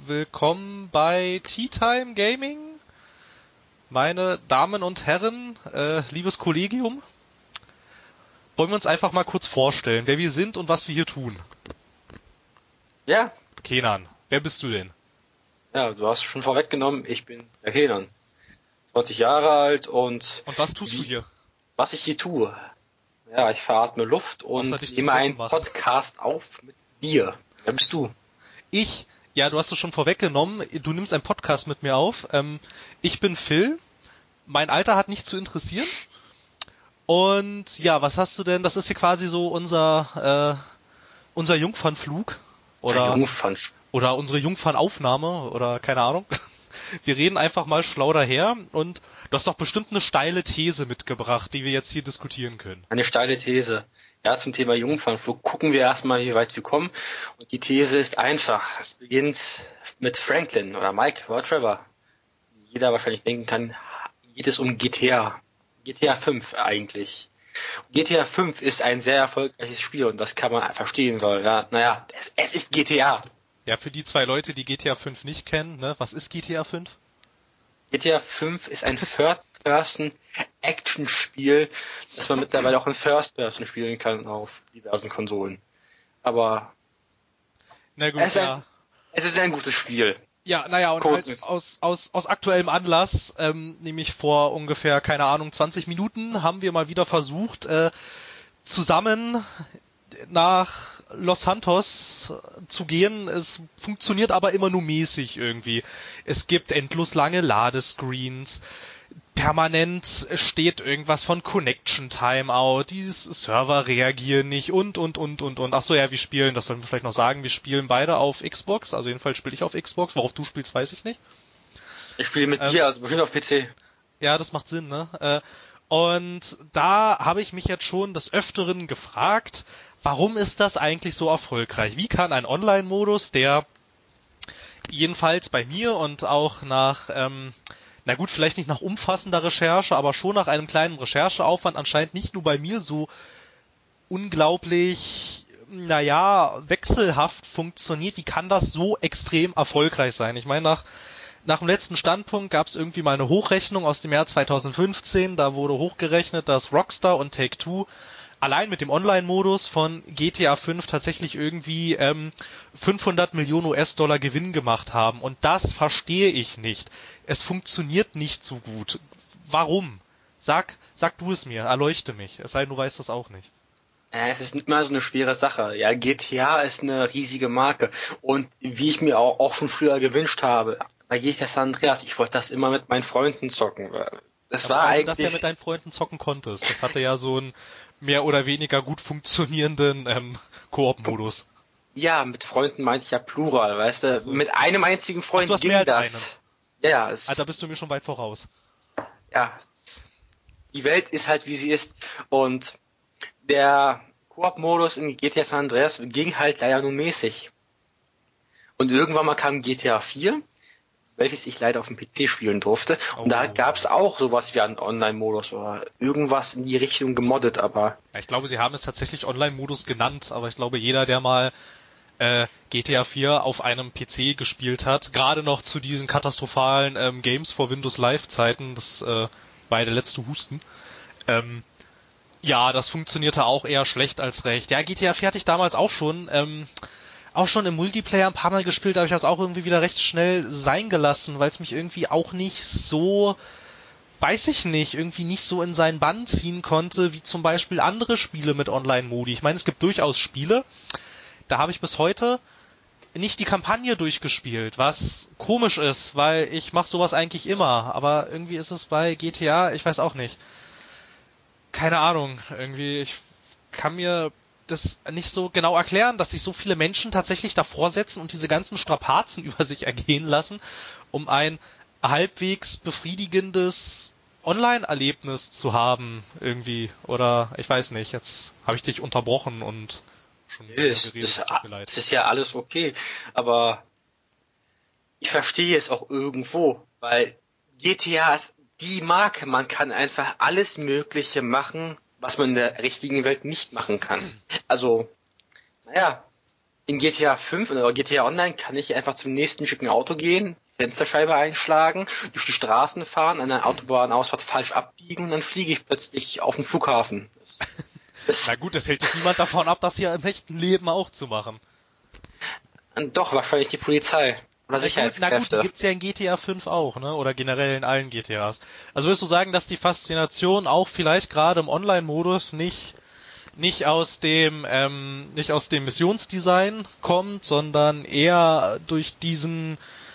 willkommen bei Tea Time Gaming. Meine Damen und Herren, liebes Kollegium, wollen wir uns einfach mal kurz vorstellen, wer wir sind und was wir hier tun. Ja. Kenan, wer bist du denn? Ja, du hast schon vorweggenommen, ich bin der Kenan. 20 Jahre alt und... Und was tust du hier? Was ich hier tue? Ja, ich veratme Luft und nehme einen Podcast auf mit dir. Wer bist du? Ich? Ja, du hast es schon vorweggenommen. Du nimmst einen Podcast mit mir auf. Ich bin Phil. Mein Alter hat nicht zu interessieren. Und ja, was hast du denn? Das ist hier quasi so unser Jungfernflug. Oder unsere Jungfernaufnahme. Oder keine Ahnung. Wir reden einfach mal schlau daher. Und du hast doch bestimmt eine steile These mitgebracht, die wir jetzt hier diskutieren können. Eine steile These. Ja, zum Thema Jungfernflug gucken wir erstmal, wie weit wir kommen. Und die These ist einfach. Es beginnt mit Franklin oder Mike oder Trevor. Wie jeder wahrscheinlich denken kann, geht es um GTA. GTA 5 eigentlich. GTA 5 ist ein sehr erfolgreiches Spiel und das kann man verstehen, weil, ja, naja, es ist GTA. Ja, für die zwei Leute, die GTA 5 nicht kennen, ne, was ist GTA 5? GTA 5 ist ein Third-Person-Action-Spiel, das man mittlerweile auch in First-Person spielen kann auf diversen Konsolen. Aber na gut, es ist ein gutes Spiel. Ja, naja, und halt aus aktuellem Anlass, nämlich vor ungefähr, keine Ahnung, 20 Minuten haben wir mal wieder versucht, zusammen nach Los Santos zu gehen. Es funktioniert aber immer nur mäßig irgendwie. Es gibt endlos lange Ladescreens. Permanent steht irgendwas von Connection Timeout, dieses Server reagieren nicht und. Ach so, ja, wir spielen, das sollen wir vielleicht noch sagen, wir spielen beide auf Xbox, also jedenfalls spiele ich auf Xbox, worauf du spielst, weiß ich nicht. Ich spiele mit dir, also bestimmt auf PC. Ja, das macht Sinn, ne? Und da habe ich mich jetzt schon des Öfteren gefragt, warum ist das eigentlich so erfolgreich? Wie kann ein Online-Modus, der jedenfalls bei mir und auch nach... na gut, vielleicht nicht nach umfassender Recherche, aber schon nach einem kleinen Rechercheaufwand anscheinend nicht nur bei mir so unglaublich, wechselhaft funktioniert. Wie kann das so extrem erfolgreich sein? Ich meine, nach dem letzten Standpunkt gab es irgendwie mal eine Hochrechnung aus dem Jahr 2015. Da wurde hochgerechnet, dass Rockstar und Take-Two allein mit dem Online-Modus von GTA 5 tatsächlich irgendwie 500 Millionen US-Dollar Gewinn gemacht haben. Und das verstehe ich nicht. Es funktioniert nicht so gut. Warum? Sag du es mir, erleuchte mich. Es sei denn, du weißt das auch nicht. Es ist nicht mal so eine schwere Sache. Ja, GTA ist eine riesige Marke. Und wie ich mir auch schon früher gewünscht habe, bei GTA San Andreas, ich wollte das immer mit meinen Freunden zocken. Das war eigentlich... dass du ja mit deinen Freunden zocken konntest. Das hatte ja so einen mehr oder weniger gut funktionierenden Koop-Modus. Ja, mit Freunden meinte ich ja Plural, weißt du? Also, mit einem einzigen Freund ging das. Einen. Ja, da bist du mir schon weit voraus. Ja, die Welt ist halt wie sie ist und der Koop-Modus in GTA San Andreas ging halt leider nur mäßig. Und irgendwann mal kam GTA 4, welches ich leider auf dem PC spielen durfte. Und da gab's auch sowas wie einen Online-Modus oder irgendwas in die Richtung gemoddet, aber... Ja, ich glaube, sie haben es tatsächlich Online-Modus genannt, aber ich glaube, jeder, der mal GTA 4 auf einem PC gespielt hat, gerade noch zu diesen katastrophalen Games for Windows Live-Zeiten, das war ja der letzte Husten, ja, das funktionierte auch eher schlecht als recht. Ja, GTA 4 hatte ich damals auch schon im Multiplayer ein paar Mal gespielt, aber ich habe es auch irgendwie wieder recht schnell sein gelassen, weil es mich irgendwie auch nicht so, weiß ich nicht, irgendwie nicht so in seinen Bann ziehen konnte, wie zum Beispiel andere Spiele mit Online-Modi. Ich meine, es gibt durchaus Spiele, da habe ich bis heute nicht die Kampagne durchgespielt, was komisch ist, weil ich mache sowas eigentlich immer, aber irgendwie ist es bei GTA, ich weiß auch nicht. Keine Ahnung, irgendwie, ich kann mir das nicht so genau erklären, dass sich so viele Menschen tatsächlich davor setzen und diese ganzen Strapazen über sich ergehen lassen, um ein halbwegs befriedigendes Online-Erlebnis zu haben, irgendwie. Oder, ich weiß nicht, jetzt habe ich dich unterbrochen und schon geredet, das ist ja alles okay, aber ich verstehe es auch irgendwo, weil GTA ist die Marke, man kann einfach alles Mögliche machen, was man in der richtigen Welt nicht machen kann. Also, naja, In GTA 5 oder GTA Online kann ich einfach zum nächsten schicken Auto gehen, Fensterscheibe einschlagen, durch die Straßen fahren, an der Autobahnausfahrt falsch abbiegen und dann fliege ich plötzlich auf den Flughafen. Na gut, das hält dich niemand davon ab, das hier im echten Leben auch zu machen. Doch, wahrscheinlich die Polizei oder Sicherheitskräfte. Na gut, die gibt's ja in GTA 5 auch, ne? Oder generell in allen GTAs. Also würdest du sagen, dass die Faszination auch vielleicht gerade im Online-Modus nicht aus dem Missionsdesign kommt, sondern eher durch diesen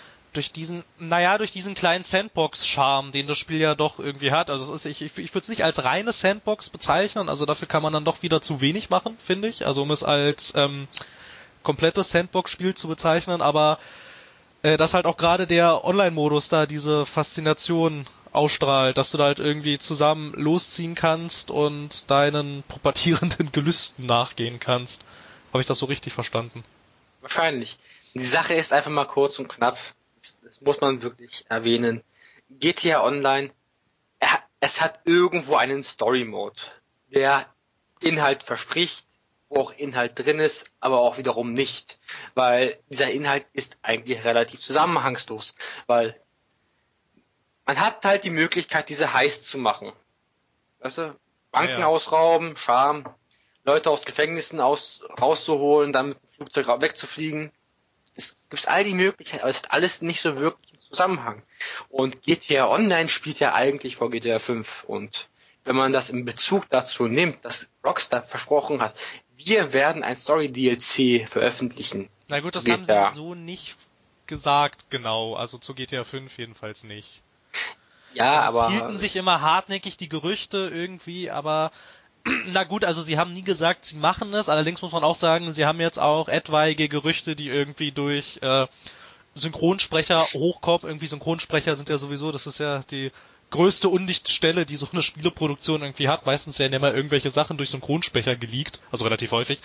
kleinen Sandbox-Charme, den das Spiel ja doch irgendwie hat. Also ich würde es nicht als reine Sandbox bezeichnen, also dafür kann man dann doch wieder zu wenig machen, finde ich. Also um es als komplettes Sandbox-Spiel zu bezeichnen, aber dass halt auch gerade der Online-Modus da diese Faszination ausstrahlt, dass du da halt irgendwie zusammen losziehen kannst und deinen pubertierenden Gelüsten nachgehen kannst. Habe ich das so richtig verstanden? Wahrscheinlich. Die Sache ist einfach mal kurz und knapp. Das muss man wirklich erwähnen. GTA Online, es hat irgendwo einen Story-Mode, der Inhalt verspricht, wo auch Inhalt drin ist, aber auch wiederum nicht. Weil dieser Inhalt ist eigentlich relativ zusammenhangslos. Weil man hat halt die Möglichkeit, diese Heists zu machen. Weißt du? Banken ausrauben, Charme, Leute aus Gefängnissen rauszuholen, dann mit dem Flugzeug wegzufliegen. Es gibt all die Möglichkeiten, aber es hat alles nicht so wirklich einen Zusammenhang. Und GTA Online spielt ja eigentlich vor GTA 5. Und wenn man das in Bezug dazu nimmt, dass Rockstar versprochen hat, wir werden ein Story-DLC veröffentlichen. Na gut, das haben sie so nicht gesagt, genau. Also zu GTA 5 jedenfalls nicht. Ja, also aber... Es hielten sich immer hartnäckig die Gerüchte irgendwie, aber na gut, also sie haben nie gesagt, sie machen es. Allerdings muss man auch sagen, sie haben jetzt auch etwaige Gerüchte, die irgendwie durch Synchronsprecher hochkommen. Irgendwie Synchronsprecher sind ja sowieso, das ist ja die größte Undichtstelle, die so eine Spieleproduktion irgendwie hat. Meistens werden ja immer irgendwelche Sachen durch Synchronsprecher geleakt, also relativ häufig.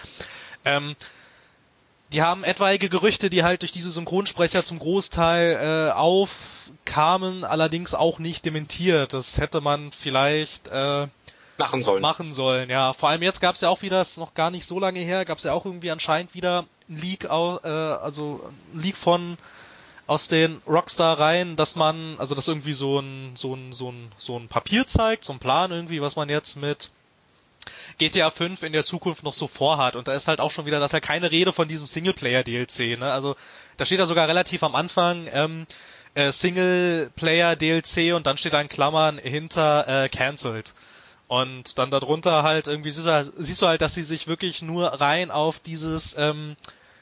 Die haben etwaige Gerüchte, die halt durch diese Synchronsprecher zum Großteil aufkamen, allerdings auch nicht dementiert. Das hätte man vielleicht machen sollen, ja. Vor allem jetzt gab es ja auch wieder, ist noch gar nicht so lange her, gab es ja auch irgendwie anscheinend wieder ein Leak, ein Leak aus den Rockstar-Reihen, dass irgendwie so ein Papier zeigt, so ein Plan irgendwie, was man jetzt mit GTA 5 in der Zukunft noch so vorhat. Und da ist halt auch schon wieder, da ist halt keine Rede von diesem Singleplayer-DLC, ne? Also da steht da sogar relativ am Anfang Singleplayer-DLC und dann steht da in Klammern hinter cancelled. Und dann darunter halt irgendwie siehst du halt, dass sie sich wirklich nur rein auf diesen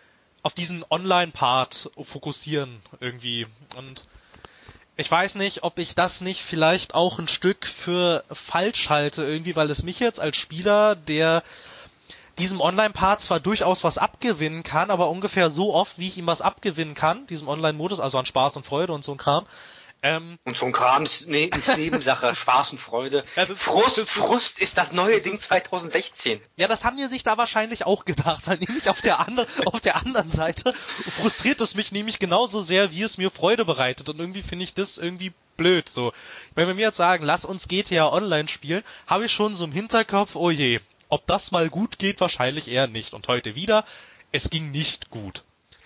Online-Part fokussieren irgendwie. Und ich weiß nicht, ob ich das nicht vielleicht auch ein Stück für falsch halte irgendwie, weil es mich jetzt als Spieler, der diesem Online-Part zwar durchaus was abgewinnen kann, aber ungefähr so oft, wie ich ihm was abgewinnen kann, diesem Online-Modus, also an Spaß und Freude und so ein Kram. Und so ein Kram ist Nebensache, Spaß und Freude. Ja, Frust ist das neue Ding 2016. Ja, das haben die sich da wahrscheinlich auch gedacht, weil nämlich auf der anderen Seite frustriert es mich nämlich genauso sehr, wie es mir Freude bereitet. Und irgendwie finde ich das irgendwie blöd, so. Wenn wir mir jetzt sagen, lass uns GTA Online spielen, habe ich schon so im Hinterkopf, oh je, ob das mal gut geht, wahrscheinlich eher nicht. Und heute wieder, es ging nicht gut.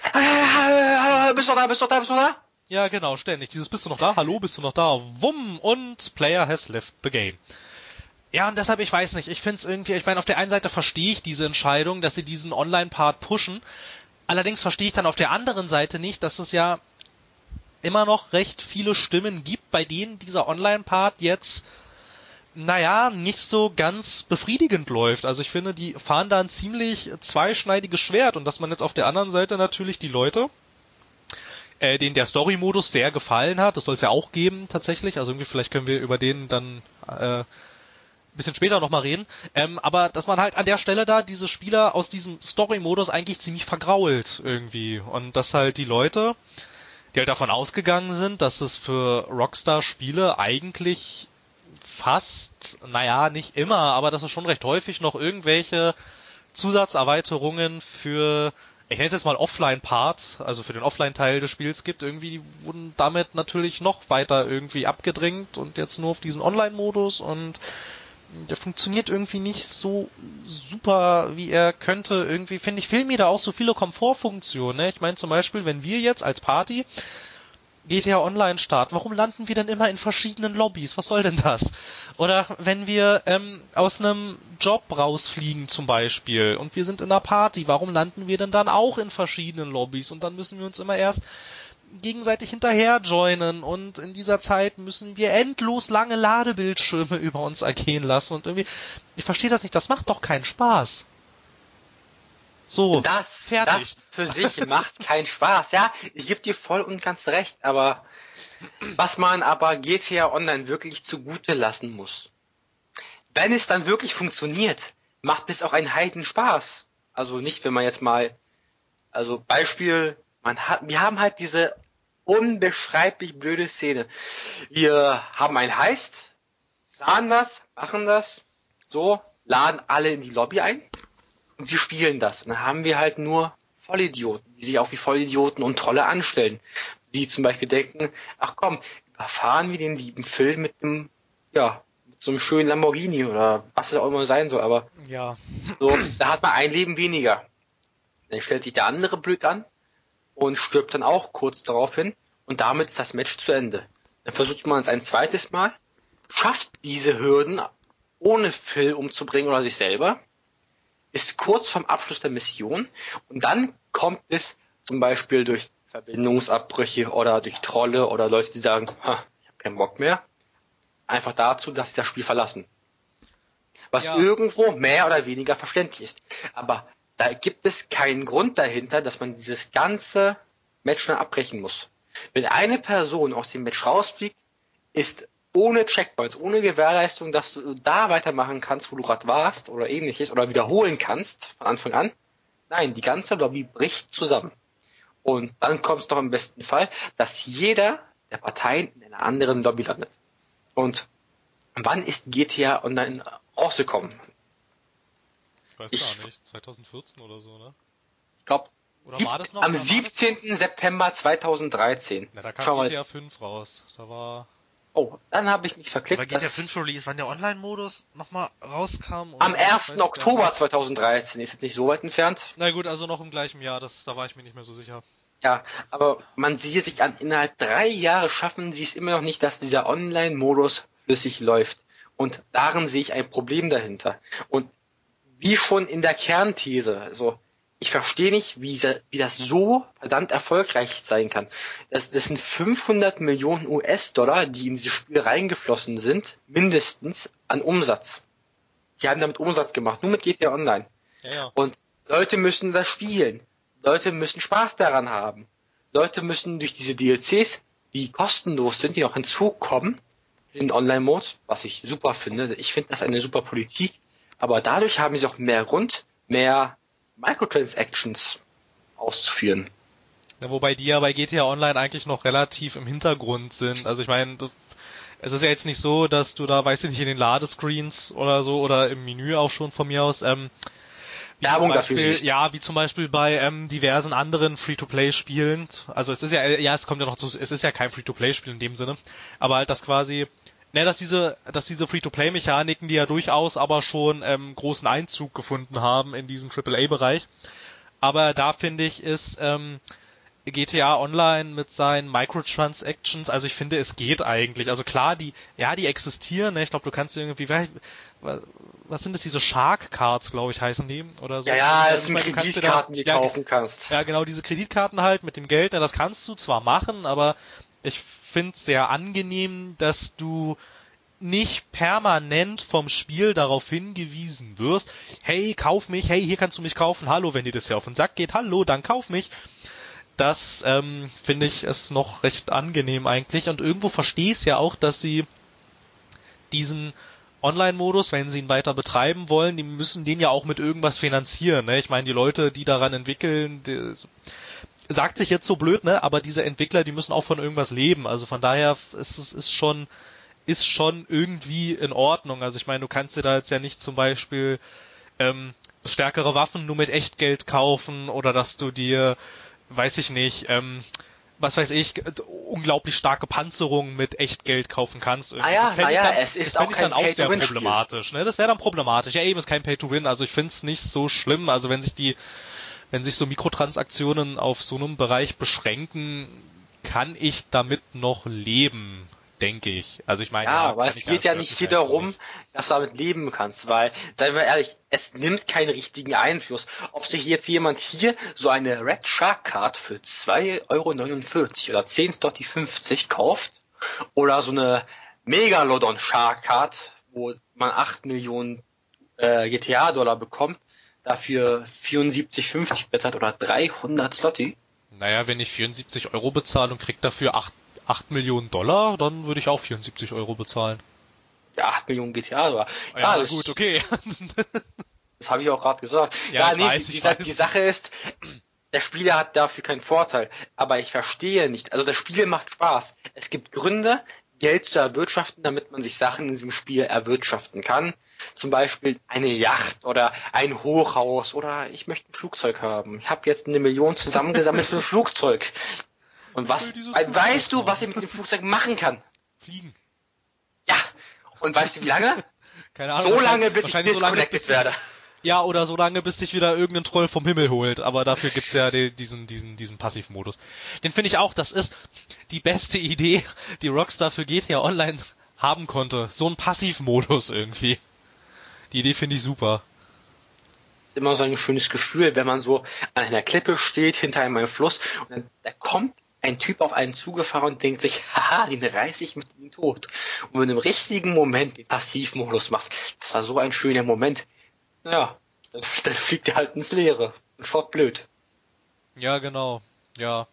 Bist du da? Ja, genau, ständig. Bist du noch da? Hallo, bist du noch da? Wumm! Und Player has left the game. Ja, und deshalb, ich weiß nicht, ich finde es irgendwie, ich meine, auf der einen Seite verstehe ich diese Entscheidung, dass sie diesen Online-Part pushen. Allerdings verstehe ich dann auf der anderen Seite nicht, dass es ja immer noch recht viele Stimmen gibt, bei denen dieser Online-Part jetzt, nicht so ganz befriedigend läuft. Also ich finde, die fahren da ein ziemlich zweischneidiges Schwert und dass man jetzt auf der anderen Seite natürlich die Leute, denen der Story-Modus sehr gefallen hat, das soll es ja auch geben tatsächlich, also irgendwie vielleicht können wir über den dann ein bisschen später nochmal reden, aber dass man halt an der Stelle da diese Spieler aus diesem Story-Modus eigentlich ziemlich vergrault irgendwie und dass halt die Leute, die halt davon ausgegangen sind, dass es für Rockstar-Spiele eigentlich fast, nicht immer, aber dass es schon recht häufig noch irgendwelche Zusatzerweiterungen für, ich nenne es jetzt mal Offline-Part, also für den Offline-Teil des Spiels gibt, irgendwie wurden damit natürlich noch weiter irgendwie abgedrängt und jetzt nur auf diesen Online-Modus und der funktioniert irgendwie nicht so super, wie er könnte. Irgendwie, finde ich, fehlen mir da auch so viele Komfortfunktionen. Ne? Ich meine zum Beispiel, wenn wir jetzt als Party GTA Online starten, warum landen wir denn immer in verschiedenen Lobbys? Was soll denn das? Oder wenn wir aus einem Job rausfliegen zum Beispiel und wir sind in einer Party, warum landen wir denn dann auch in verschiedenen Lobbys? Und dann müssen wir uns immer erst gegenseitig hinterher joinen und in dieser Zeit müssen wir endlos lange Ladebildschirme über uns ergehen lassen und irgendwie, ich verstehe das nicht, das macht doch keinen Spaß. So, fertig. Das für sich macht keinen Spaß. Ja, ich gebe dir voll und ganz recht, aber was man aber GTA Online wirklich zugute lassen muss, wenn es dann wirklich funktioniert, macht es auch einen heiden Spaß. Also nicht, wenn man jetzt mal, also Beispiel, wir haben halt diese unbeschreiblich blöde Szene. Wir haben ein Heist, planen das, machen das, so, laden alle in die Lobby ein und wir spielen das. Und dann haben wir halt nur Vollidioten, die sich auch wie Vollidioten und Trolle anstellen. Die zum Beispiel denken, ach komm, überfahren wir den lieben Phil mit einem, ja, mit so einem schönen Lamborghini oder was es auch immer sein soll, aber ja. So, da hat man ein Leben weniger. Dann stellt sich der andere blöd an und stirbt dann auch kurz darauf hin und damit ist das Match zu Ende. Dann versucht man es ein zweites Mal, schafft diese Hürden ohne Phil umzubringen oder sich selber, ist kurz vorm Abschluss der Mission und dann kommt es zum Beispiel durch Verbindungsabbrüche oder durch Trolle oder Leute, die sagen, ich habe keinen Bock mehr, einfach dazu, dass sie das Spiel verlassen. Was irgendwo mehr oder weniger verständlich ist. Aber da gibt es keinen Grund dahinter, dass man dieses ganze Match dann abbrechen muss. Wenn eine Person aus dem Match rausfliegt, ist ohne Checkpoints, ohne Gewährleistung, dass du da weitermachen kannst, wo du gerade warst oder ähnliches oder wiederholen kannst von Anfang an. Nein, die ganze Lobby bricht zusammen. Und dann kommt es doch im besten Fall, dass jeder der Parteien in einer anderen Lobby landet. Und wann ist GTA Online rausgekommen? Ich weiß gar nicht, 2014 oder so, ne? Ich glaube, am 17. September 2013. Na, da kam GTA 5 raus. Da war... Oh, dann habe ich mich verklickt. Aber GTA 5 Release, wann der Online-Modus nochmal rauskam? Am 1. Oktober 2013, ist jetzt nicht so weit entfernt. Na gut, also noch im gleichen Jahr, da war ich mir nicht mehr so sicher. Ja, aber man sieht sich an, innerhalb 3 Jahre schaffen sie es immer noch nicht, dass dieser Online-Modus flüssig läuft. Und darin sehe ich ein Problem dahinter. Und wie schon in der Kernthese, also ich verstehe nicht, wie das so verdammt erfolgreich sein kann. Das sind 500 Millionen US-Dollar, die in dieses Spiel reingeflossen sind, mindestens an Umsatz. Die haben damit Umsatz gemacht, nur mit GTA Online. Ja. Und Leute müssen das spielen. Leute müssen Spaß daran haben. Leute müssen durch diese DLCs, die kostenlos sind, die auch hinzukommen, in Online-Mode, was ich super finde. Ich finde das eine super Politik. Aber dadurch haben sie auch mehr Grund, mehr Microtransactions auszuführen. Ja, wobei die ja bei GTA Online eigentlich noch relativ im Hintergrund sind. Also ich meine, es ist ja jetzt nicht so, dass du da, weiß ich nicht, in den Ladescreens oder so oder im Menü auch schon von mir aus Werbung dafür siehst. Ja, wie zum Beispiel bei diversen anderen Free-to-Play-Spielen. Also es ist ja, es kommt ja noch zu, es ist ja kein Free-to-Play-Spiel in dem Sinne, aber halt das quasi, dass diese Free-to-Play-Mechaniken, die ja durchaus aber schon großen Einzug gefunden haben in diesen AAA-Bereich. Aber da finde ich, ist GTA Online mit seinen Microtransactions, also ich finde, es geht eigentlich. Also klar, die existieren, ne? Ich glaube, du kannst irgendwie, was sind das, diese Shark Cards, glaube ich, heißen die, oder so. Ja, das sind Kreditkarten, die du kaufen kannst. Ja, genau, diese Kreditkarten halt mit dem Geld, das kannst du zwar machen, aber ich finde es sehr angenehm, dass du nicht permanent vom Spiel darauf hingewiesen wirst, hey, kauf mich, hey, hier kannst du mich kaufen, hallo, wenn dir das ja auf den Sack geht, hallo, dann kauf mich. Das finde ich ist noch recht angenehm eigentlich und irgendwo verstehe ich es ja auch, dass sie diesen Online-Modus, wenn sie ihn weiter betreiben wollen, die müssen den ja auch mit irgendwas finanzieren. Ne? Ich meine, die Leute, die daran entwickeln, sagt sich jetzt so blöd, ne? Aber diese Entwickler, die müssen auch von irgendwas leben. Also von daher ist schon irgendwie in Ordnung. Also ich meine, du kannst dir da jetzt ja nicht zum Beispiel stärkere Waffen nur mit Echtgeld kaufen oder dass du dir, weiß ich nicht, was weiß ich, unglaublich starke Panzerung mit Echtgeld kaufen kannst. Es ist auch kein Pay-to-Win-Spiel. Problematisch, ne? Das wäre dann problematisch. Ja, eben, ist kein Pay-to-Win, also ich find's nicht so schlimm, also wenn sich so Mikrotransaktionen auf so einem Bereich beschränken, kann ich damit noch leben, denke ich. Also ich meine, aber es geht ja nicht hier darum, dass du damit leben kannst, weil, seien wir ehrlich, es nimmt keinen richtigen Einfluss. Ob sich jetzt jemand hier so eine Red Shark Card für 2,49 € oder 10,50 kauft oder so eine Megalodon Shark Card, wo man 8 Millionen GTA-Dollar bekommt, dafür 74,50 bezahlt oder 300 Slotty. Naja, wenn ich 74 € bezahle und krieg dafür 8 Millionen $, dann würde ich auch 74 € bezahlen. Ja, 8 Millionen GTA-Dollar. Ja, gut, okay. Das habe ich auch gerade gesagt. Die Sache ist, der Spieler hat dafür keinen Vorteil. Aber ich verstehe nicht. Also das Spiel macht Spaß. Es gibt Gründe, Geld zu erwirtschaften, damit man sich Sachen in diesem Spiel erwirtschaften kann. Zum Beispiel eine Yacht oder ein Hochhaus oder ich möchte ein Flugzeug haben. Ich habe jetzt 1 Million zusammengesammelt für ein Flugzeug. Und weißt du, was ich mit dem Flugzeug machen kann? Fliegen. Ja. Und weißt du, wie lange? Keine Ahnung. So lange, bis ich disconnected werde. Ja, oder so lange, bis dich wieder irgendein Troll vom Himmel holt. Aber dafür gibt's ja diesen Passivmodus. Den finde ich auch, das ist die beste Idee, die Rockstar für GTA Online haben konnte. So ein Passivmodus irgendwie. Die Idee finde ich super. Ist immer so ein schönes Gefühl, wenn man so an einer Klippe steht, hinter einem Fluss, und dann da kommt ein Typ auf einen zugefahren und denkt sich, haha, den reiße ich mit ihm tot. Und wenn du im richtigen Moment den Passivmodus machst, das war so ein schöner Moment, ja, dann fliegt er halt ins Leere. Und schaut blöd. Ja, genau. Ja.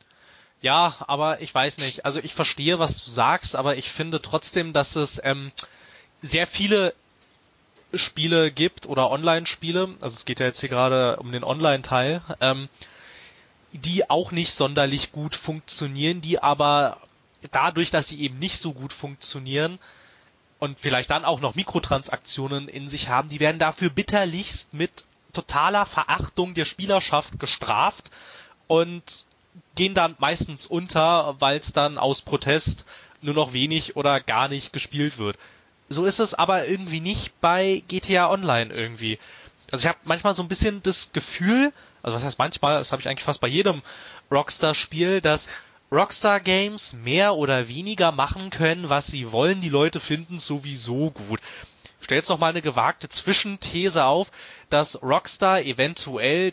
Ja, aber ich weiß nicht. Also ich verstehe, was du sagst, aber ich finde trotzdem, dass es sehr viele Spiele gibt oder Online-Spiele, also es geht ja jetzt hier gerade um den Online-Teil, die auch nicht sonderlich gut funktionieren, die aber dadurch, dass sie eben nicht so gut funktionieren und vielleicht dann auch noch Mikrotransaktionen in sich haben, die werden dafür bitterlichst mit totaler Verachtung der Spielerschaft gestraft und gehen dann meistens unter, weil es dann aus Protest nur noch wenig oder gar nicht gespielt wird. So ist es aber irgendwie nicht bei GTA Online irgendwie. Also ich habe manchmal so ein bisschen das Gefühl, also was heißt manchmal, das habe ich eigentlich fast bei jedem Rockstar-Spiel, dass Rockstar Games mehr oder weniger machen können, was sie wollen. Die Leute finden es sowieso gut. Ich stell jetzt noch mal eine gewagte Zwischenthese auf, dass Rockstar eventuell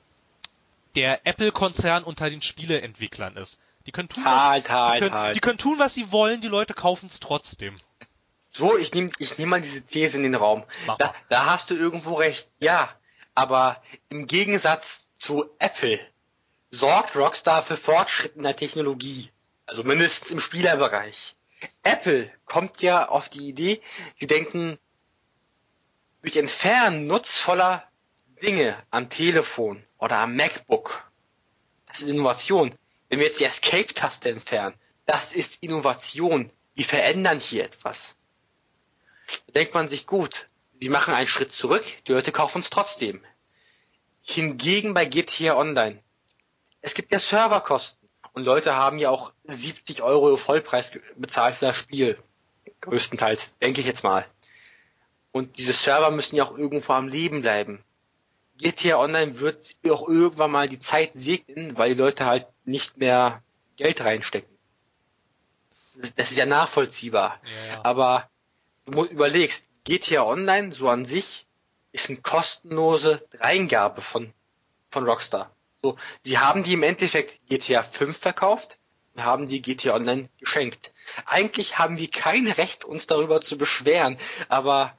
der Apple-Konzern unter den Spieleentwicklern ist. Die können tun, die können tun, was sie wollen, die Leute kaufen es trotzdem. So, ich nehm mal diese These in den Raum. Da hast du irgendwo recht, ja. Aber im Gegensatz zu Apple sorgt Rockstar für Fortschritte in der Technologie. Also mindestens im Spielerbereich. Apple kommt ja auf die Idee, sie denken, durch Entfernen nutzvoller Dinge am Telefon oder am MacBook, das ist Innovation. Wenn wir jetzt die Escape-Taste entfernen, das ist Innovation. Wir verändern hier etwas. Da denkt man sich, gut, sie machen einen Schritt zurück, die Leute kaufen es trotzdem. Hingegen bei GTA Online, es gibt ja Serverkosten und Leute haben ja auch 70 € Vollpreis bezahlt für das Spiel. Größtenteils, denke ich jetzt mal. Und diese Server müssen ja auch irgendwo am Leben bleiben. GTA Online wird auch irgendwann mal die Zeit segnen, weil die Leute halt nicht mehr Geld reinstecken. Das ist ja nachvollziehbar. Ja. Aber du überlegst, GTA Online so an sich ist eine kostenlose Dreingabe von Rockstar. So, sie haben die im Endeffekt GTA 5 verkauft und haben die GTA Online geschenkt. Eigentlich haben wir kein Recht, uns darüber zu beschweren, aber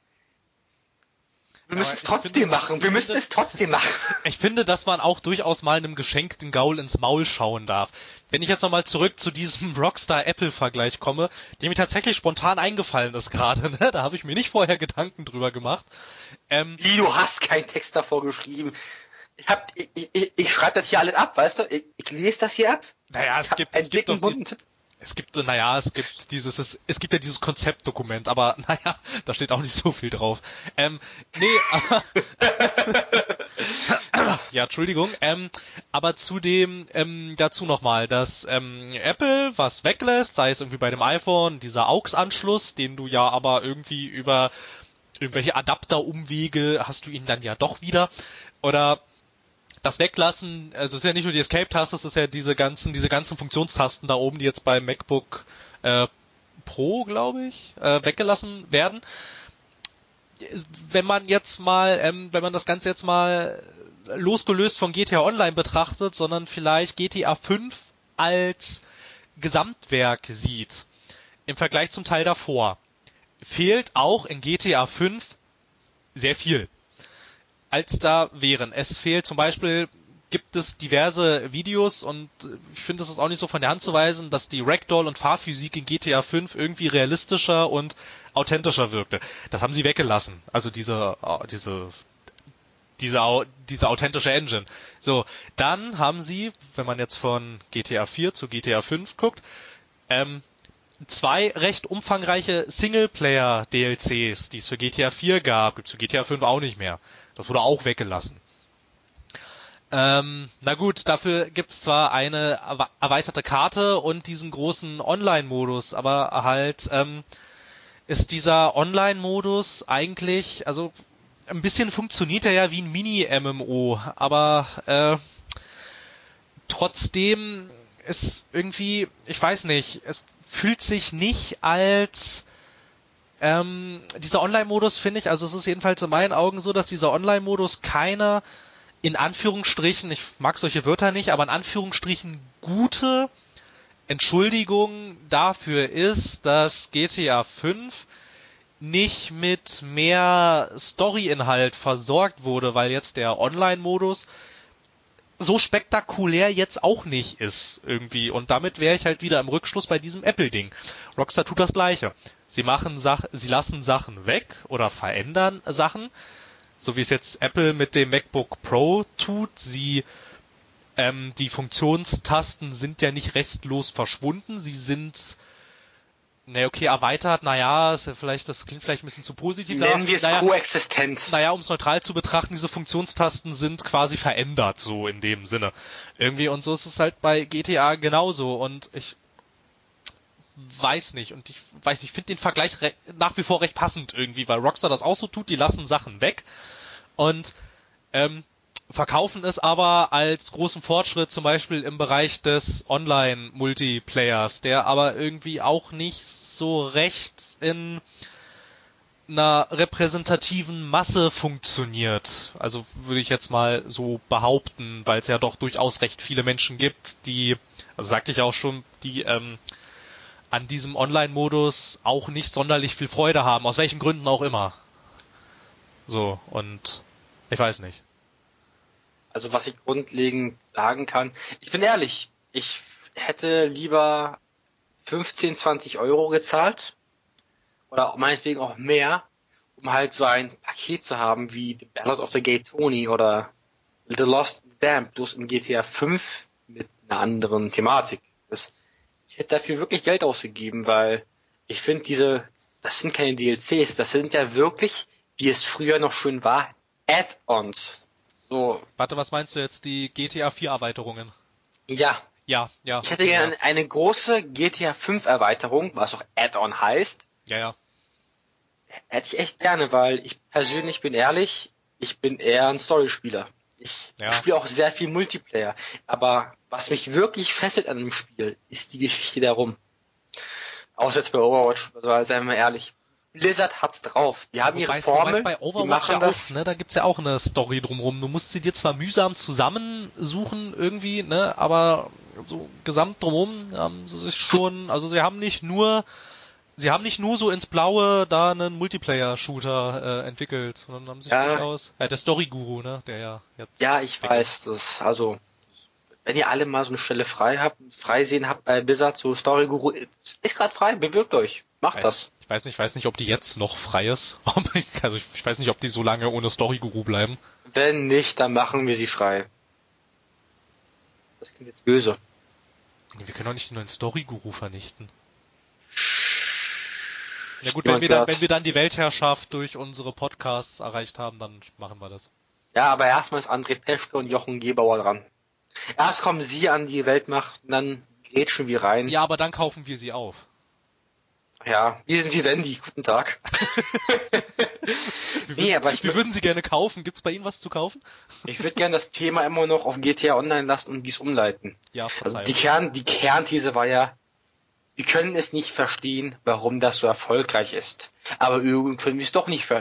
wir müssen es trotzdem machen. Wir müssen es trotzdem machen. Ich finde, dass man auch durchaus mal einem geschenkten Gaul ins Maul schauen darf. Wenn ich jetzt nochmal zurück zu diesem Rockstar-Apple-Vergleich komme, der mir tatsächlich spontan eingefallen ist gerade, ne? Da habe ich mir nicht vorher Gedanken drüber gemacht. Wie, du hast keinen Text davor geschrieben. Ich schreibe das hier alles ab, weißt du? Ich lese das hier ab. Naja, es gibt ja dieses Konzeptdokument, aber naja, da steht auch nicht so viel drauf. Ja, Entschuldigung. Aber dazu nochmal, dass Apple was weglässt, sei es irgendwie bei dem iPhone, dieser AUX-Anschluss, den du ja aber irgendwie über irgendwelche Adapter-Umwege hast du ihn dann ja doch wieder. Oder das Weglassen, also es ist ja nicht nur die Escape-Taste, es ist ja diese ganzen Funktionstasten da oben, die jetzt beim MacBook Pro, glaube ich, weggelassen werden. Wenn man das Ganze jetzt mal losgelöst von GTA Online betrachtet, sondern vielleicht GTA 5 als Gesamtwerk sieht, im Vergleich zum Teil davor, fehlt auch in GTA 5 sehr viel. Als da wären. Es fehlt zum Beispiel, gibt es diverse Videos und ich finde, es ist auch nicht so von der Hand zu weisen, dass die Ragdoll- und Fahrphysik in GTA 5 irgendwie realistischer und authentischer wirkte. Das haben sie weggelassen. Also diese authentische Engine. So, dann haben sie, wenn man jetzt von GTA 4 zu GTA 5 guckt, 2 recht umfangreiche Singleplayer-DLCs, die es für GTA 4 gab, gibt's für GTA 5 auch nicht mehr. Das wurde auch weggelassen. Na gut, dafür gibt's zwar eine erweiterte Karte und diesen großen Online-Modus, aber halt ist dieser Online-Modus eigentlich, also ein bisschen funktioniert er ja wie ein Mini-MMO, aber trotzdem ist irgendwie, ich weiß nicht, es fühlt sich nicht als dieser Online-Modus, finde ich, also es ist jedenfalls in meinen Augen so, dass dieser Online-Modus keine, in Anführungsstrichen, ich mag solche Wörter nicht, aber in Anführungsstrichen gute Entschuldigung dafür ist, dass GTA 5 nicht mit mehr Story-Inhalt versorgt wurde, weil jetzt der Online-Modus so spektakulär jetzt auch nicht ist irgendwie. Und damit wäre ich halt wieder im Rückschluss bei diesem Apple-Ding. Rockstar tut das Gleiche. Sie lassen Sachen weg oder verändern Sachen, so wie es jetzt Apple mit dem MacBook Pro tut. Die Funktionstasten sind ja nicht restlos verschwunden. Sie sind, erweitert, das klingt vielleicht ein bisschen zu positiv. Nennen wir es koexistent. Um es neutral zu betrachten, diese Funktionstasten sind quasi verändert, so in dem Sinne. Irgendwie, und so ist es halt bei GTA genauso. Und ich weiß nicht, ich finde den Vergleich nach wie vor recht passend irgendwie, weil Rockstar das auch so tut, die lassen Sachen weg und verkaufen es aber als großen Fortschritt, zum Beispiel im Bereich des Online-Multiplayers, der aber irgendwie auch nicht so recht in einer repräsentativen Masse funktioniert. Also würde ich jetzt mal so behaupten, weil es ja doch durchaus recht viele Menschen gibt, die, also sagte ich auch schon, die an diesem Online-Modus auch nicht sonderlich viel Freude haben, aus welchen Gründen auch immer. So, und ich weiß nicht. Also was ich grundlegend sagen kann, ich bin ehrlich, ich hätte lieber 15, 20 Euro gezahlt oder meinetwegen auch mehr, um halt so ein Paket zu haben wie The Ballad of the Gay Tony oder The Lost Damned, bloß in GTA 5 mit einer anderen Thematik. Ich hätte dafür wirklich Geld ausgegeben, weil ich finde das sind keine DLCs, das sind ja wirklich, wie es früher noch schön war, Add-ons. So. Warte, was meinst du jetzt, die GTA 4 Erweiterungen? Ja. Ja. Ich hätte gerne eine große GTA 5 Erweiterung, was auch Add-on heißt. Ja. Hätte ich echt gerne, weil ich persönlich bin ehrlich, ich bin eher ein Storyspieler. Ich spiele auch sehr viel Multiplayer. Aber was mich wirklich fesselt an dem Spiel, ist die Geschichte darum. Außer jetzt bei Overwatch, also seien wir ehrlich. Blizzard hat's drauf. Die haben ihre Formel, bei Overwatch die machen das. Auch, ne? Da gibt's ja auch eine Story drumherum. Du musst sie dir zwar mühsam zusammensuchen irgendwie, ne? Aber so gesamt drumherum haben sie sich schon, also sie haben nicht nur so ins Blaue da einen Multiplayer-Shooter entwickelt, sondern haben sich durchaus, der Story-Guru, ne? Der ja jetzt. Ja, ich weiß, wenn ihr alle mal so eine Stelle freisehen habt bei Blizzard, so Story Guru ist gerade frei, bewirbt euch, macht das. Ich weiß nicht, ob die jetzt noch frei ist. Also ich weiß nicht, ob die so lange ohne Story Guru bleiben. Wenn nicht, dann machen wir sie frei. Das klingt jetzt böse. Wir können doch nicht nur einen Story Guru vernichten. Ja gut, wenn wir dann die Weltherrschaft durch unsere Podcasts erreicht haben, dann machen wir das. Ja, aber erstmal ist André Peschke und Jochen Gebauer dran. Erst kommen sie an die Weltmacht und dann grätschen wir rein. Ja, aber dann kaufen wir sie auf. Ja, wir sind wie Wendy. Guten Tag. Wir würden sie gerne kaufen. Gibt's bei Ihnen was zu kaufen? Ich würde gerne das Thema immer noch auf GTA Online lassen und dies umleiten. Ja, also die Kernthese war ja, wir können es nicht verstehen, warum das so erfolgreich ist. Aber irgendwo können wir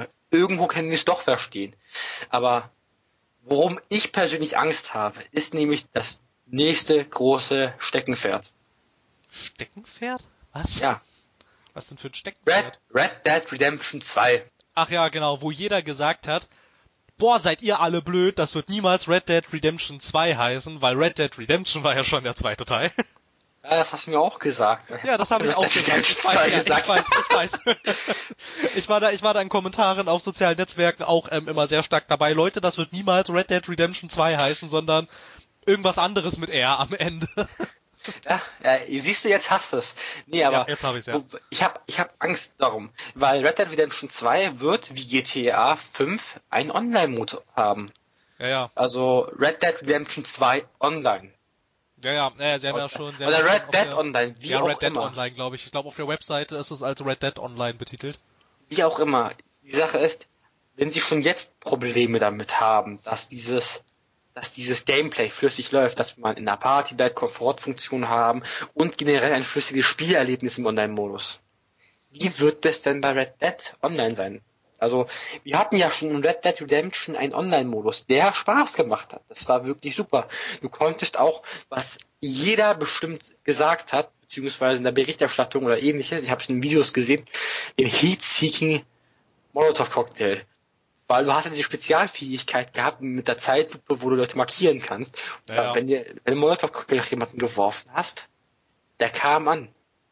es doch verstehen. Aber worum ich persönlich Angst habe, ist nämlich das nächste große Steckenpferd. Steckenpferd? Was? Ja. Was denn für ein Steckenpferd? Red Dead Redemption 2. Ach ja, genau, wo jeder gesagt hat, boah, seid ihr alle blöd, das wird niemals Red Dead Redemption 2 heißen, weil Red Dead Redemption war ja schon der zweite Teil. Ja, das hast du mir auch gesagt. Ja, das habe ich auch gesagt. Ich weiß. Ich war da in Kommentaren auf sozialen Netzwerken auch immer sehr stark dabei. Leute, das wird niemals Red Dead Redemption 2 heißen, sondern irgendwas anderes mit R am Ende. Ja, siehst du, jetzt hast du es. Nee, aber ja, jetzt habe ich's, ja. Ich hab Angst darum, weil Red Dead Redemption 2 wird wie GTA 5 einen Online-Mode haben. Ja. Also Red Dead Redemption 2 Online. Ja, sie haben ja schon... Oder Red Dead Online, wie auch immer. Ja, Red Dead Online, glaube ich. Ich glaube, auf der Webseite ist es als Red Dead Online betitelt. Wie auch immer. Die Sache ist, wenn sie schon jetzt Probleme damit haben, dass dieses Gameplay flüssig läuft, dass man in der Party bleibt, Komfortfunktionen haben und generell ein flüssiges Spielerlebnis im Online-Modus. Wie wird das denn bei Red Dead Online sein? Also, wir hatten ja schon in Red Dead Redemption einen Online-Modus, der Spaß gemacht hat. Das war wirklich super. Du konntest auch, was jeder bestimmt gesagt hat, beziehungsweise in der Berichterstattung oder ähnliches, ich habe es in Videos gesehen, den Heat-Seeking Molotov-Cocktail. Weil du hast ja diese Spezialfähigkeit gehabt mit der Zeitlupe, wo du Leute markieren kannst. Ja. Wenn du Molotov-Cocktail nach jemanden geworfen hast, der kam an.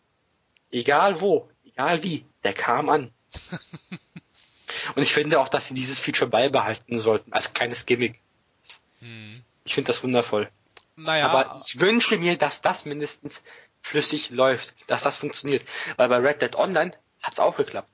Egal wo, egal wie, der kam an. Und ich finde auch, dass sie dieses Feature beibehalten sollten, als kleines Gimmick. Ich finde das wundervoll. Aber ich wünsche mir, dass das mindestens flüssig läuft, dass das funktioniert. Weil bei Red Dead Online hat's auch geklappt.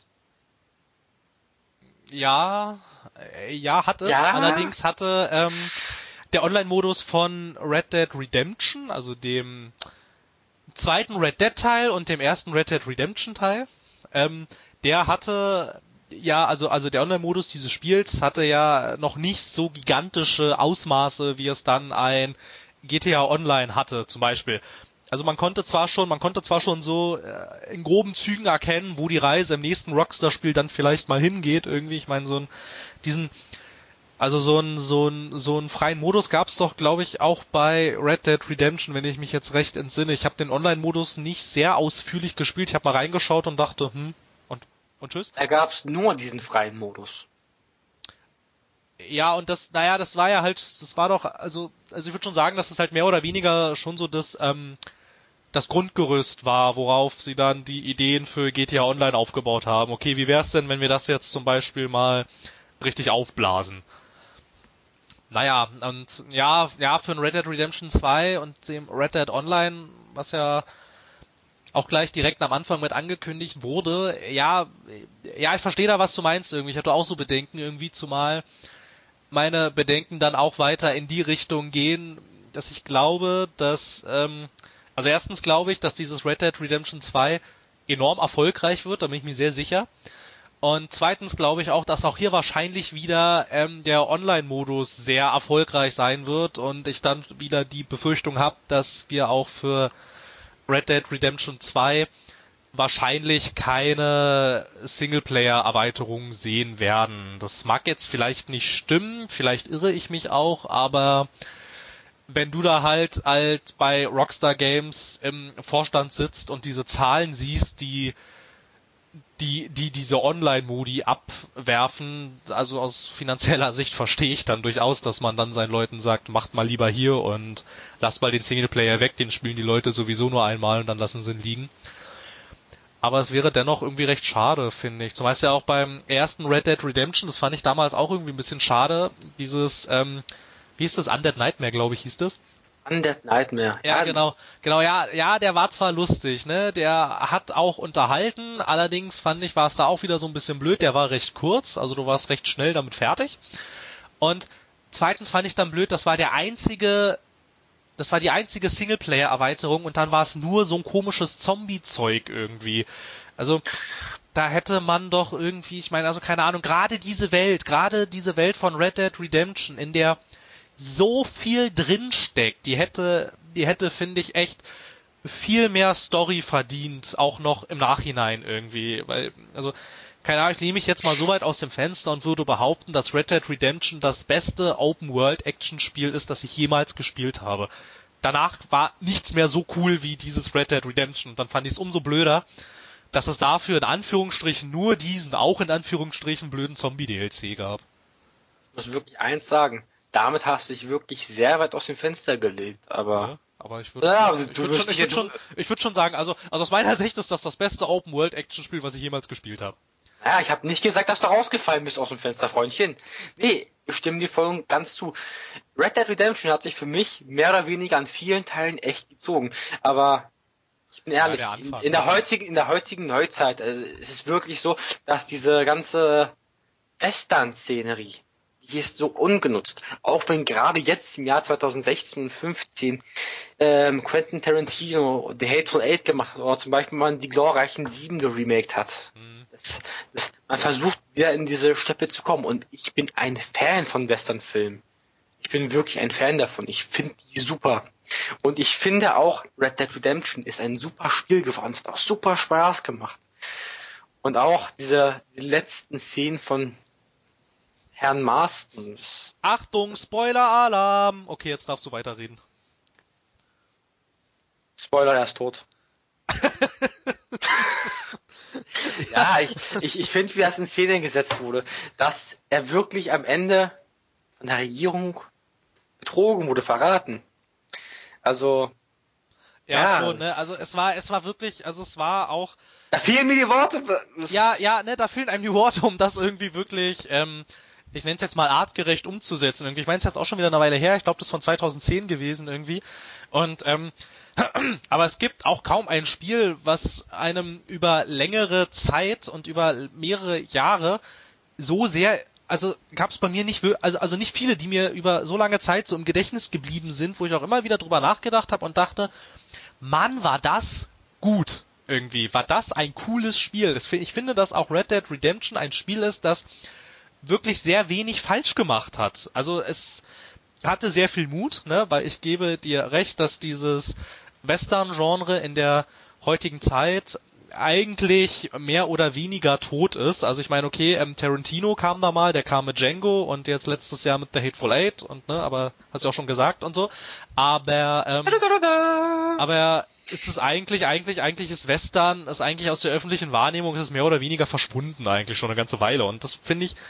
Ja, hat es. Ja. Allerdings hatte der Online-Modus von Red Dead Redemption, also dem zweiten Red Dead Teil und dem ersten Red Dead Redemption Teil, der hatte also der Online-Modus dieses Spiels hatte ja noch nicht so gigantische Ausmaße, wie es dann ein GTA Online hatte, zum Beispiel. Also man konnte zwar schon so in groben Zügen erkennen, wo die Reise im nächsten Rockstar-Spiel dann vielleicht mal hingeht, irgendwie. Ich meine, so einen freien Modus gab's doch, glaube ich, auch bei Red Dead Redemption, wenn ich mich jetzt recht entsinne. Ich habe den Online-Modus nicht sehr ausführlich gespielt. Ich habe mal reingeschaut und dachte, und tschüss. Da gab's nur diesen freien Modus. Ja, und das war ja halt, das war doch, also ich würde schon sagen, dass es halt mehr oder weniger schon so das Grundgerüst war, worauf sie dann die Ideen für GTA Online aufgebaut haben. Okay, wie wär's denn, wenn wir das jetzt zum Beispiel mal richtig aufblasen? Naja, und ja, für ein Red Dead Redemption 2 und dem Red Dead Online, was ja auch gleich direkt am Anfang mit angekündigt wurde, ja, ich verstehe da, was du meinst irgendwie. Ich hatte auch so Bedenken irgendwie, zumal meine Bedenken dann auch weiter in die Richtung gehen, dass ich glaube, dass, also erstens glaube ich, dass dieses Red Dead Redemption 2 enorm erfolgreich wird, da bin ich mir sehr sicher. Und zweitens glaube ich auch, dass auch hier wahrscheinlich wieder der Online-Modus sehr erfolgreich sein wird und ich dann wieder die Befürchtung habe, dass wir auch für Red Dead Redemption 2 wahrscheinlich keine Singleplayer-Erweiterung sehen werden. Das mag jetzt vielleicht nicht stimmen, vielleicht irre ich mich auch, aber wenn du da halt bei Rockstar Games im Vorstand sitzt und diese Zahlen siehst, die diese Online-Modi abwerfen, also aus finanzieller Sicht verstehe ich dann durchaus, dass man dann seinen Leuten sagt, macht mal lieber hier und lasst mal den Singleplayer weg, den spielen die Leute sowieso nur einmal und dann lassen sie ihn liegen. Aber es wäre dennoch irgendwie recht schade, finde ich. Zum Beispiel auch beim ersten Red Dead Redemption, das fand ich damals auch irgendwie ein bisschen schade, dieses, wie hieß das, Undead Nightmare, glaube ich, hieß das. Undead Nightmare. Ja, genau, ja, der war zwar lustig, ne, der hat auch unterhalten, allerdings fand ich, war es da auch wieder so ein bisschen blöd, der war recht kurz, also du warst recht schnell damit fertig und zweitens fand ich dann blöd, das war die einzige Singleplayer-Erweiterung und dann war es nur so ein komisches Zombie-Zeug irgendwie. Also, da hätte man doch irgendwie, ich meine, also keine Ahnung, gerade diese Welt von Red Dead Redemption, in der so viel drinsteckt, die hätte, finde ich, echt viel mehr Story verdient, auch noch im Nachhinein irgendwie, weil, also, keine Ahnung, ich nehme mich jetzt mal so weit aus dem Fenster und würde behaupten, dass Red Dead Redemption das beste Open-World-Action-Spiel ist, das ich jemals gespielt habe. Danach war nichts mehr so cool wie dieses Red Dead Redemption und dann fand ich es umso blöder, dass es dafür in Anführungsstrichen nur diesen, auch in Anführungsstrichen, blöden Zombie-DLC gab. Ich muss wirklich eins sagen, damit hast du dich wirklich sehr weit aus dem Fenster gelegt, aber... Ja, aber ich würde schon sagen, also aus meiner Sicht ist das beste Open-World-Action-Spiel, was ich jemals gespielt habe. Naja, ich habe nicht gesagt, dass du rausgefallen bist aus dem Fenster, Freundchen. Nee, ich stimme dir voll und ganz zu. Red Dead Redemption hat sich für mich mehr oder weniger an vielen Teilen echt gezogen, aber... Ich bin ehrlich, ja, Anfang, in der heutigen Neuzeit, also es ist wirklich so, dass diese ganze Western-Szenerie, die ist so ungenutzt. Auch wenn gerade jetzt im Jahr 2016 und 15 Quentin Tarantino The Hateful Eight gemacht hat oder zum Beispiel man die glorreichen 7 geremaked hat. Mhm. Man versucht wieder in diese Steppe zu kommen und ich bin ein Fan von Western-Filmen. Ich bin wirklich ein Fan davon. Ich finde die super. Und ich finde auch, Red Dead Redemption ist ein super Spiel geworden. Es hat auch super Spaß gemacht. Und auch die letzten Szenen von Herrn Marston. Achtung, Spoiler-Alarm! Okay, jetzt darfst du weiterreden. Spoiler, er ist tot. Ja, ich finde, wie das in Szene gesetzt wurde, dass er wirklich am Ende von der Regierung betrogen wurde, verraten. Also ja, schon, ne? Also es war wirklich, also es war auch. Da fehlen mir die Worte. Ja, ne, da fehlen einem die Worte, um das irgendwie wirklich, ich nenne es jetzt mal artgerecht umzusetzen. Irgendwie. Ich meine, es ist jetzt auch schon wieder eine Weile her. Ich glaube, das ist von 2010 gewesen irgendwie. Und aber es gibt auch kaum ein Spiel, was einem über längere Zeit und über mehrere Jahre so sehr, also gab es bei mir nicht, also nicht viele, die mir über so lange Zeit so im Gedächtnis geblieben sind, wo ich auch immer wieder drüber nachgedacht habe und dachte, Mann, war das gut irgendwie, war das ein cooles Spiel. Ich finde, dass auch Red Dead Redemption ein Spiel ist, das wirklich sehr wenig falsch gemacht hat. Also es hatte sehr viel Mut, ne, weil ich gebe dir recht, dass dieses Western-Genre in der heutigen Zeit eigentlich mehr oder weniger tot ist. Also ich meine, okay, Tarantino kam da mal, der kam mit Django und jetzt letztes Jahr mit The Hateful Eight und ne, aber hast du auch schon gesagt und so. Aber ist es eigentlich ist Western, ist eigentlich aus der öffentlichen Wahrnehmung, ist es mehr oder weniger verschwunden eigentlich schon eine ganze Weile. Und das finde ich,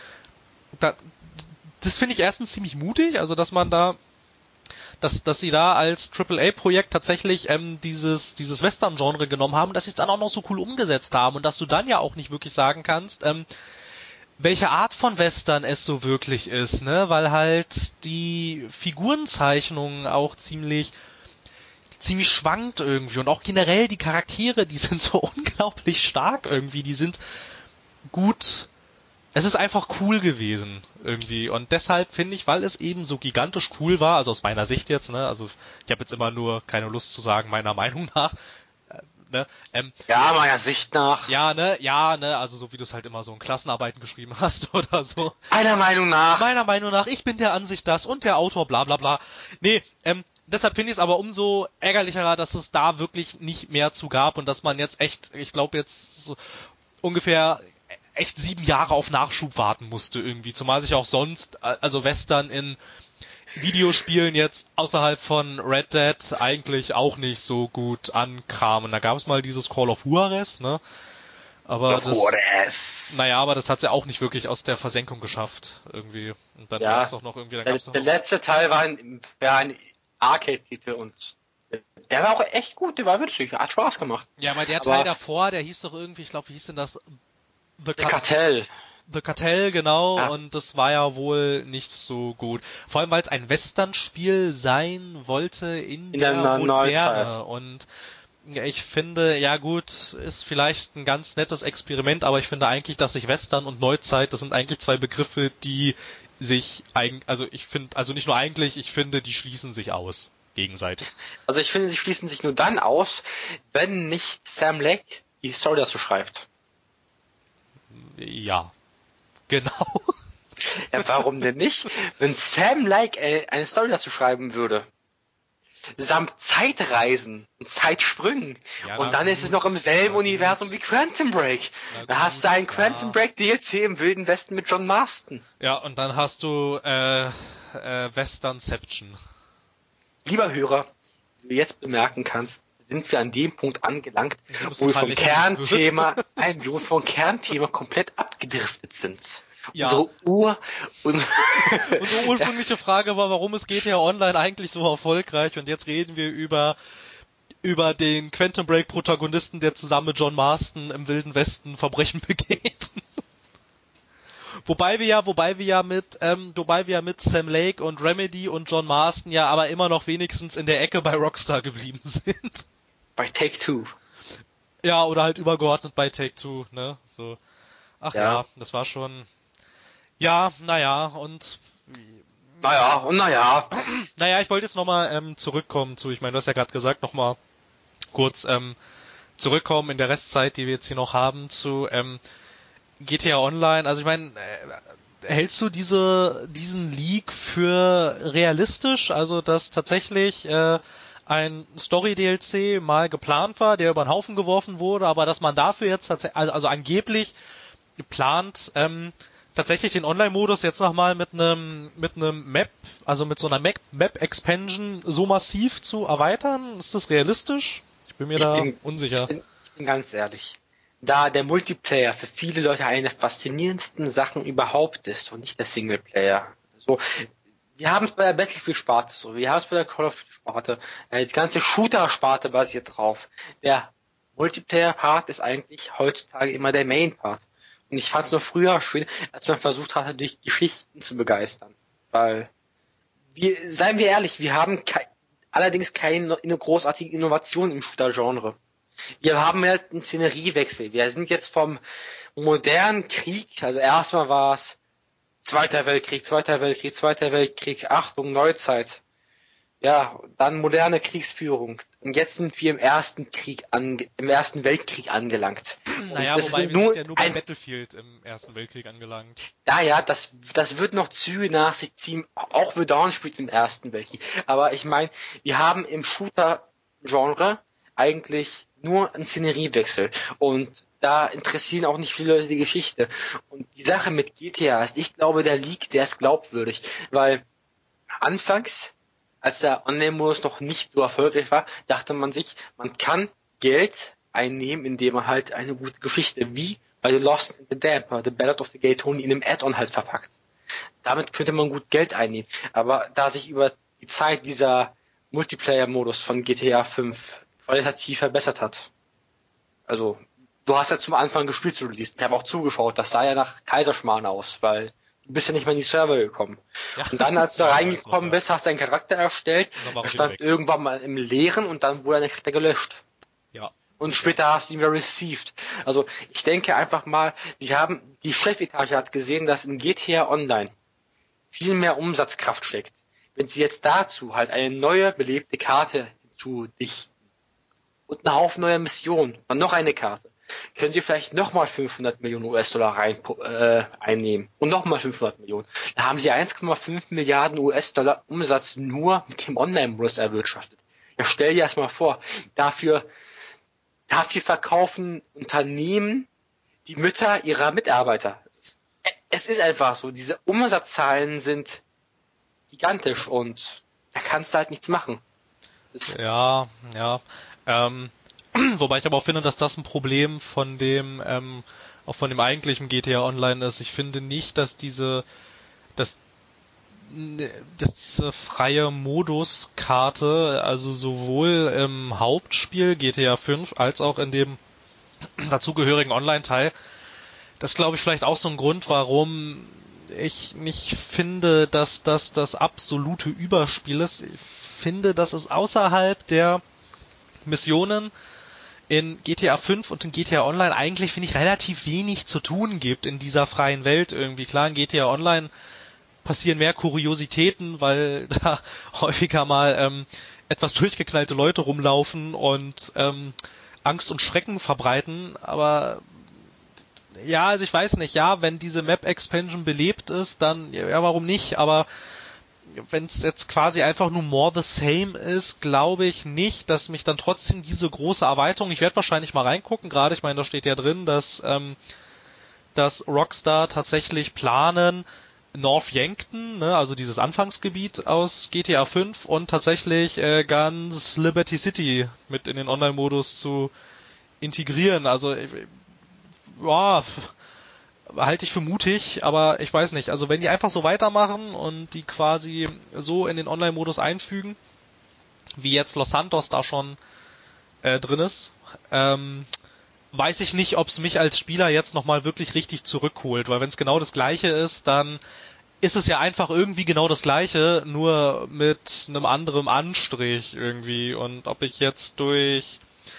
das finde ich erstens ziemlich mutig, also dass man da, dass sie da als AAA-Projekt tatsächlich dieses Western-Genre genommen haben, dass sie es dann auch noch so cool umgesetzt haben und dass du dann ja auch nicht wirklich sagen kannst, welche Art von Western es so wirklich ist, ne, weil halt die Figurenzeichnungen auch ziemlich schwankt irgendwie und auch generell die Charaktere, die sind so unglaublich stark irgendwie, die sind gut. Es ist einfach cool gewesen irgendwie und deshalb finde ich, weil es eben so gigantisch cool war, also aus meiner Sicht jetzt, ne, also ich habe jetzt immer nur keine Lust zu sagen, meiner Meinung nach, ne, ja, meiner Sicht nach. Ja, ne, also so wie du es halt immer so in Klassenarbeiten geschrieben hast oder so. Meiner Meinung nach, ich bin der Ansicht das und der Autor bla bla bla. Nee, deshalb finde ich es aber umso ärgerlicher, dass es da wirklich nicht mehr zu gab und dass man jetzt echt, ich glaube jetzt so ungefähr echt 7 Jahre auf Nachschub warten musste irgendwie, zumal sich auch sonst, also Western in Videospielen jetzt außerhalb von Red Dead eigentlich auch nicht so gut ankamen. Da gab es mal dieses Call of Juarez, ne? Aber aber das hat sie auch nicht wirklich aus der Versenkung geschafft irgendwie. Und dann gab es auch noch irgendwie, der letzte Teil war ein Arcade-Titel und der war auch echt gut, der war witzig, hat Spaß gemacht. Ja, aber der Teil davor, der hieß doch irgendwie, ich glaube, wie hieß denn das? The Cartel. The Cartel, genau, ja. Und das war ja wohl nicht so gut. Vor allem, weil es ein Western-Spiel sein wollte in der Moderne. Und Ich finde, ja gut, ist vielleicht ein ganz nettes Experiment, aber ich finde eigentlich, dass sich Western und Neuzeit, das sind eigentlich zwei Begriffe, die sich ich finde, die schließen sich aus, gegenseitig. Also ich finde, sie schließen sich nur dann aus, wenn nicht Sam Lake die Story dazu schreibt. Ja, genau. Ja, warum denn nicht? Wenn Sam Lake eine Story dazu schreiben würde, samt Zeitreisen und Zeitsprüngen, Ja, und dann ist es noch im selben Universum wie Quantum Break. Da hast du einen Quantum Break DLC im Wilden Westen mit John Marston. Ja, und dann hast du Westernception. Lieber Hörer, wie du jetzt bemerken kannst, sind wir an dem Punkt angelangt, wo wir vom Kernthema komplett abgedriftet sind. Ja. Unsere ursprüngliche Frage war, warum ist GTA Online eigentlich so erfolgreich, und jetzt reden wir über den Quantum Break Protagonisten, der zusammen mit John Marston im Wilden Westen Verbrechen begeht. Wobei wir ja mit Sam Lake und Remedy und John Marston ja aber immer noch wenigstens in der Ecke bei Rockstar geblieben sind. Bei Take-Two. Ja, oder halt übergeordnet bei Take-Two, ne? So. Ach ja, das war schon. Ja, naja, und. Naja, ich wollte jetzt nochmal zurückkommen zu, ich meine, du hast ja gerade gesagt, nochmal kurz zurückkommen in der Restzeit, die wir jetzt hier noch haben, zu GTA Online. Also ich meine, hältst du diesen Leak für realistisch? Also, dass tatsächlich ein Story-DLC mal geplant war, der über den Haufen geworfen wurde, aber dass man dafür jetzt tatsächlich, also angeblich geplant, tatsächlich den Online-Modus jetzt nochmal mit einem Map, also mit so einer Map-Expansion so massiv zu erweitern? Ist das realistisch? Ich bin mir unsicher. Ich bin ganz ehrlich. Da der Multiplayer für viele Leute eine der faszinierendsten Sachen überhaupt ist und nicht der Singleplayer. So, wir haben es bei der Battlefield-Sparte so, wir haben es bei der Call of Duty-Sparte, die ganze Shooter-Sparte basiert drauf. Der Multiplayer-Part ist eigentlich heutzutage immer der Main-Part. Und ich fand es nur früher schön, als man versucht hatte, durch Geschichten zu begeistern. Weil, seien wir ehrlich, wir haben allerdings keine großartige Innovation im Shooter-Genre. Wir haben halt einen Szeneriewechsel. Wir sind jetzt vom modernen Krieg, also erstmal war es Zweiter Weltkrieg, Achtung, Neuzeit. Ja, dann moderne Kriegsführung. Und jetzt sind wir im Ersten Weltkrieg angelangt. Naja, wobei wir sind ja nur bei Battlefield im Ersten Weltkrieg angelangt. Ja, das wird noch Züge nach sich ziehen. Auch Verdansk spielt im Ersten Weltkrieg. Aber ich meine, wir haben im Shooter-Genre eigentlich nur einen Szeneriewechsel. Und da interessieren auch nicht viele Leute die Geschichte. Und die Sache mit GTA ist, ich glaube, der Leak, der ist glaubwürdig. Weil anfangs, als der Online-Modus noch nicht so erfolgreich war, dachte man sich, man kann Geld einnehmen, indem man halt eine gute Geschichte, wie bei The Lost in the Damper, The Ballad of the Gay Tony, in einem Add-on halt verpackt. Damit könnte man gut Geld einnehmen. Aber da sich über die Zeit dieser Multiplayer-Modus von GTA 5 qualitativ verbessert hat, also du hast ja zum Anfang gespielt zu Release, ich habe auch zugeschaut, das sah ja nach Kaiserschmarrn aus, weil du bist ja nicht mehr in die Server gekommen. Ja. Und dann, als du da reingekommen bist, hast du einen Charakter erstellt, der stand irgendwann mal im Leeren und dann wurde dein Charakter gelöscht. Ja. Und später hast du ihn wieder received. Also ich denke einfach mal, die Chefetage hat gesehen, dass in GTA Online viel mehr Umsatzkraft steckt. Wenn sie jetzt dazu halt eine neue belebte Karte hinzudichten und einen Haufen neuer Missionen, dann noch eine Karte, können sie vielleicht nochmal 500 Millionen US-Dollar einnehmen. Und nochmal 500 Millionen. Da haben sie 1,5 Milliarden US-Dollar Umsatz nur mit dem Online-Modus erwirtschaftet. Ja, stell dir das mal vor. Dafür verkaufen Unternehmen die Mütter ihrer Mitarbeiter. Es ist einfach so. Diese Umsatzzahlen sind gigantisch und da kannst du halt nichts machen. Ja. Wobei ich aber auch finde, dass das ein Problem von dem eigentlichen GTA Online ist. Ich finde nicht, dass diese freie Moduskarte, also sowohl im Hauptspiel GTA 5 als auch in dem dazugehörigen Online-Teil, das glaube ich vielleicht auch so ein Grund, warum ich nicht finde, dass das das absolute Überspiel ist. Ich finde, dass es außerhalb der Missionen in GTA 5 und in GTA Online eigentlich, finde ich, relativ wenig zu tun gibt in dieser freien Welt irgendwie. Klar, in GTA Online passieren mehr Kuriositäten, weil da häufiger mal etwas durchgeknallte Leute rumlaufen und Angst und Schrecken verbreiten, aber ja, also ich weiß nicht, ja, wenn diese Map-Expansion belebt ist, dann, ja, warum nicht, aber wenn es jetzt quasi einfach nur more the same ist, glaube ich nicht, dass mich dann trotzdem diese große Erweiterung, ich werde wahrscheinlich mal reingucken, gerade, ich meine, da steht ja drin, dass Rockstar tatsächlich planen, North Yankton, ne, also dieses Anfangsgebiet aus GTA 5 und tatsächlich ganz Liberty City mit in den Online-Modus zu integrieren. Also ja, halte ich für mutig, aber ich weiß nicht. Also wenn die einfach so weitermachen und die quasi so in den Online-Modus einfügen, wie jetzt Los Santos da schon drin ist, weiß ich nicht, ob es mich als Spieler jetzt nochmal wirklich richtig zurückholt, weil wenn es genau das Gleiche ist, dann ist es ja einfach irgendwie genau das Gleiche, nur mit einem anderen Anstrich irgendwie. Und ob ich jetzt durch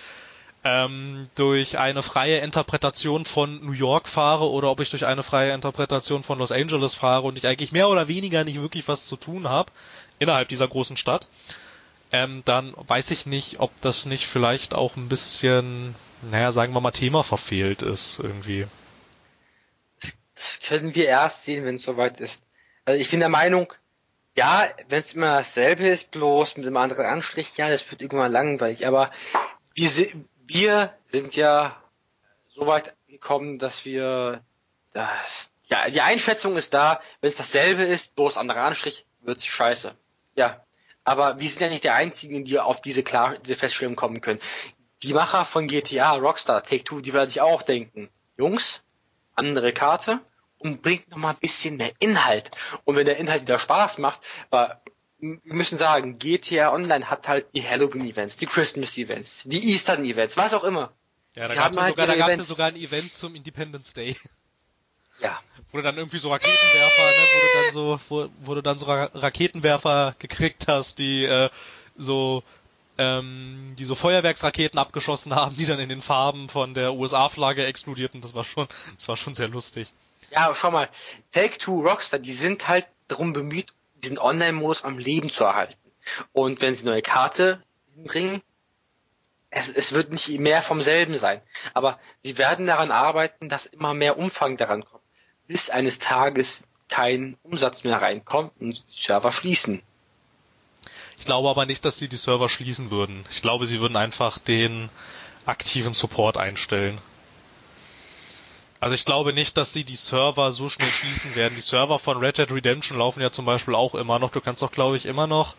eine freie Interpretation von New York fahre oder ob ich durch eine freie Interpretation von Los Angeles fahre und ich eigentlich mehr oder weniger nicht wirklich was zu tun habe innerhalb dieser großen Stadt, dann weiß ich nicht, ob das nicht vielleicht auch ein bisschen, naja, sagen wir mal, Thema verfehlt ist irgendwie. Das können wir erst sehen, wenn es soweit ist. Also ich bin der Meinung, ja, wenn es immer dasselbe ist, bloß mit einem anderen Anstrich, ja, das wird irgendwann langweilig, aber wir sind ja so weit gekommen, dass wir ja, die Einschätzung ist da, wenn es dasselbe ist, bloß anderer Anstrich, wird's scheiße. Ja. Aber wir sind ja nicht die Einzigen, die auf diese Feststellung kommen können. Die Macher von GTA, Rockstar, Take-Two, die werden sich auch denken, Jungs, andere Karte und bringt nochmal ein bisschen mehr Inhalt. Und wenn der Inhalt wieder Spaß macht, weil wir müssen sagen, GTA Online hat halt die Halloween-Events, die Christmas-Events, die Eastern-Events, was auch immer. Ja, da gab es sogar ein Event zum Independence Day. Ja. Wo du dann irgendwie so Raketenwerfer, ne, wo du dann so Raketenwerfer gekriegt hast, die so Feuerwerksraketen abgeschossen haben, die dann in den Farben von der USA-Flagge explodierten. Das war schon sehr lustig. Ja, aber schau mal, Take-Two, Rockstar, die sind halt darum bemüht, diesen Online-Modus am Leben zu erhalten. Und wenn sie eine neue Karte hinbringen, es wird nicht mehr vom selben sein. Aber sie werden daran arbeiten, dass immer mehr Umfang daran kommt. Bis eines Tages kein Umsatz mehr reinkommt und die Server schließen. Ich glaube aber nicht, dass sie die Server schließen würden. Ich glaube, sie würden einfach den aktiven Support einstellen. Also ich glaube nicht, dass sie die Server so schnell schließen werden. Die Server von Red Dead Redemption laufen ja zum Beispiel auch immer noch. Du kannst doch, glaube ich, immer noch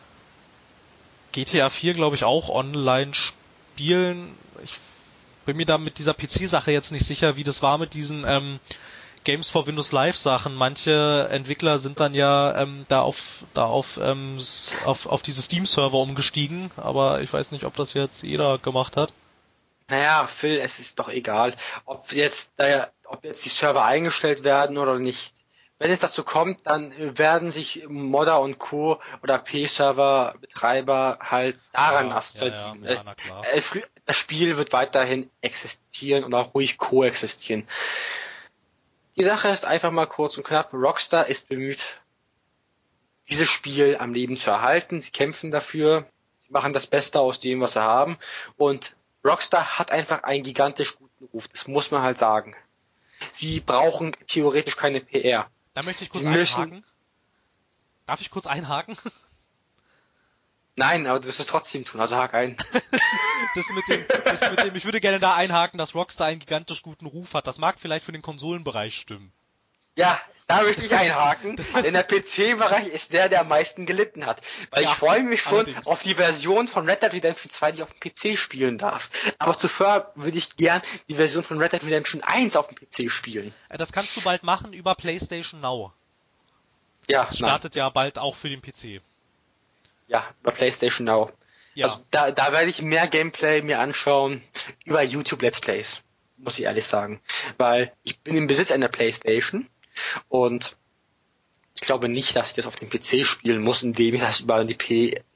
GTA 4, glaube ich, auch online spielen. Ich bin mir da mit dieser PC-Sache jetzt nicht sicher, wie das war mit diesen Games for Windows Live Sachen. Manche Entwickler sind dann ja auf diese Steam-Server umgestiegen, aber ich weiß nicht, ob das jetzt jeder gemacht hat. Naja, Phil, es ist doch egal, ob jetzt die Server eingestellt werden oder nicht. Wenn es dazu kommt, dann werden sich Modder und Co. oder P-Server-Betreiber halt daran verdienen. Ja, na klar. Das Spiel wird weiterhin existieren und auch ruhig koexistieren. Die Sache ist einfach mal kurz und knapp, Rockstar ist bemüht, dieses Spiel am Leben zu erhalten. Sie kämpfen dafür, sie machen das Beste aus dem, was sie haben und Rockstar hat einfach einen gigantisch guten Ruf, das muss man halt sagen. Sie brauchen theoretisch keine PR. Da möchte ich kurz einhaken. Darf ich kurz einhaken? Nein, aber du wirst es trotzdem tun, also hak ein. das mit dem, ich würde gerne da einhaken, dass Rockstar einen gigantisch guten Ruf hat. Das mag vielleicht für den Konsolenbereich stimmen. Ja, da möchte ich einhaken, denn der PC-Bereich ist der am meisten gelitten hat. Weil ich freue mich schon auf die Version von Red Dead Redemption 2, die ich auf dem PC spielen darf. Aber zuvor würde ich gern die Version von Red Dead Redemption 1 auf dem PC spielen. Das kannst du bald machen über PlayStation Now. Ja, das startet ja bald auch für den PC. Ja, über PlayStation Now. Ja. Also da werde ich mehr Gameplay mir anschauen über YouTube Let's Plays, muss ich ehrlich sagen. Weil ich bin im Besitz einer PlayStation und ich glaube nicht, dass ich das auf dem PC spielen muss, indem ich das über die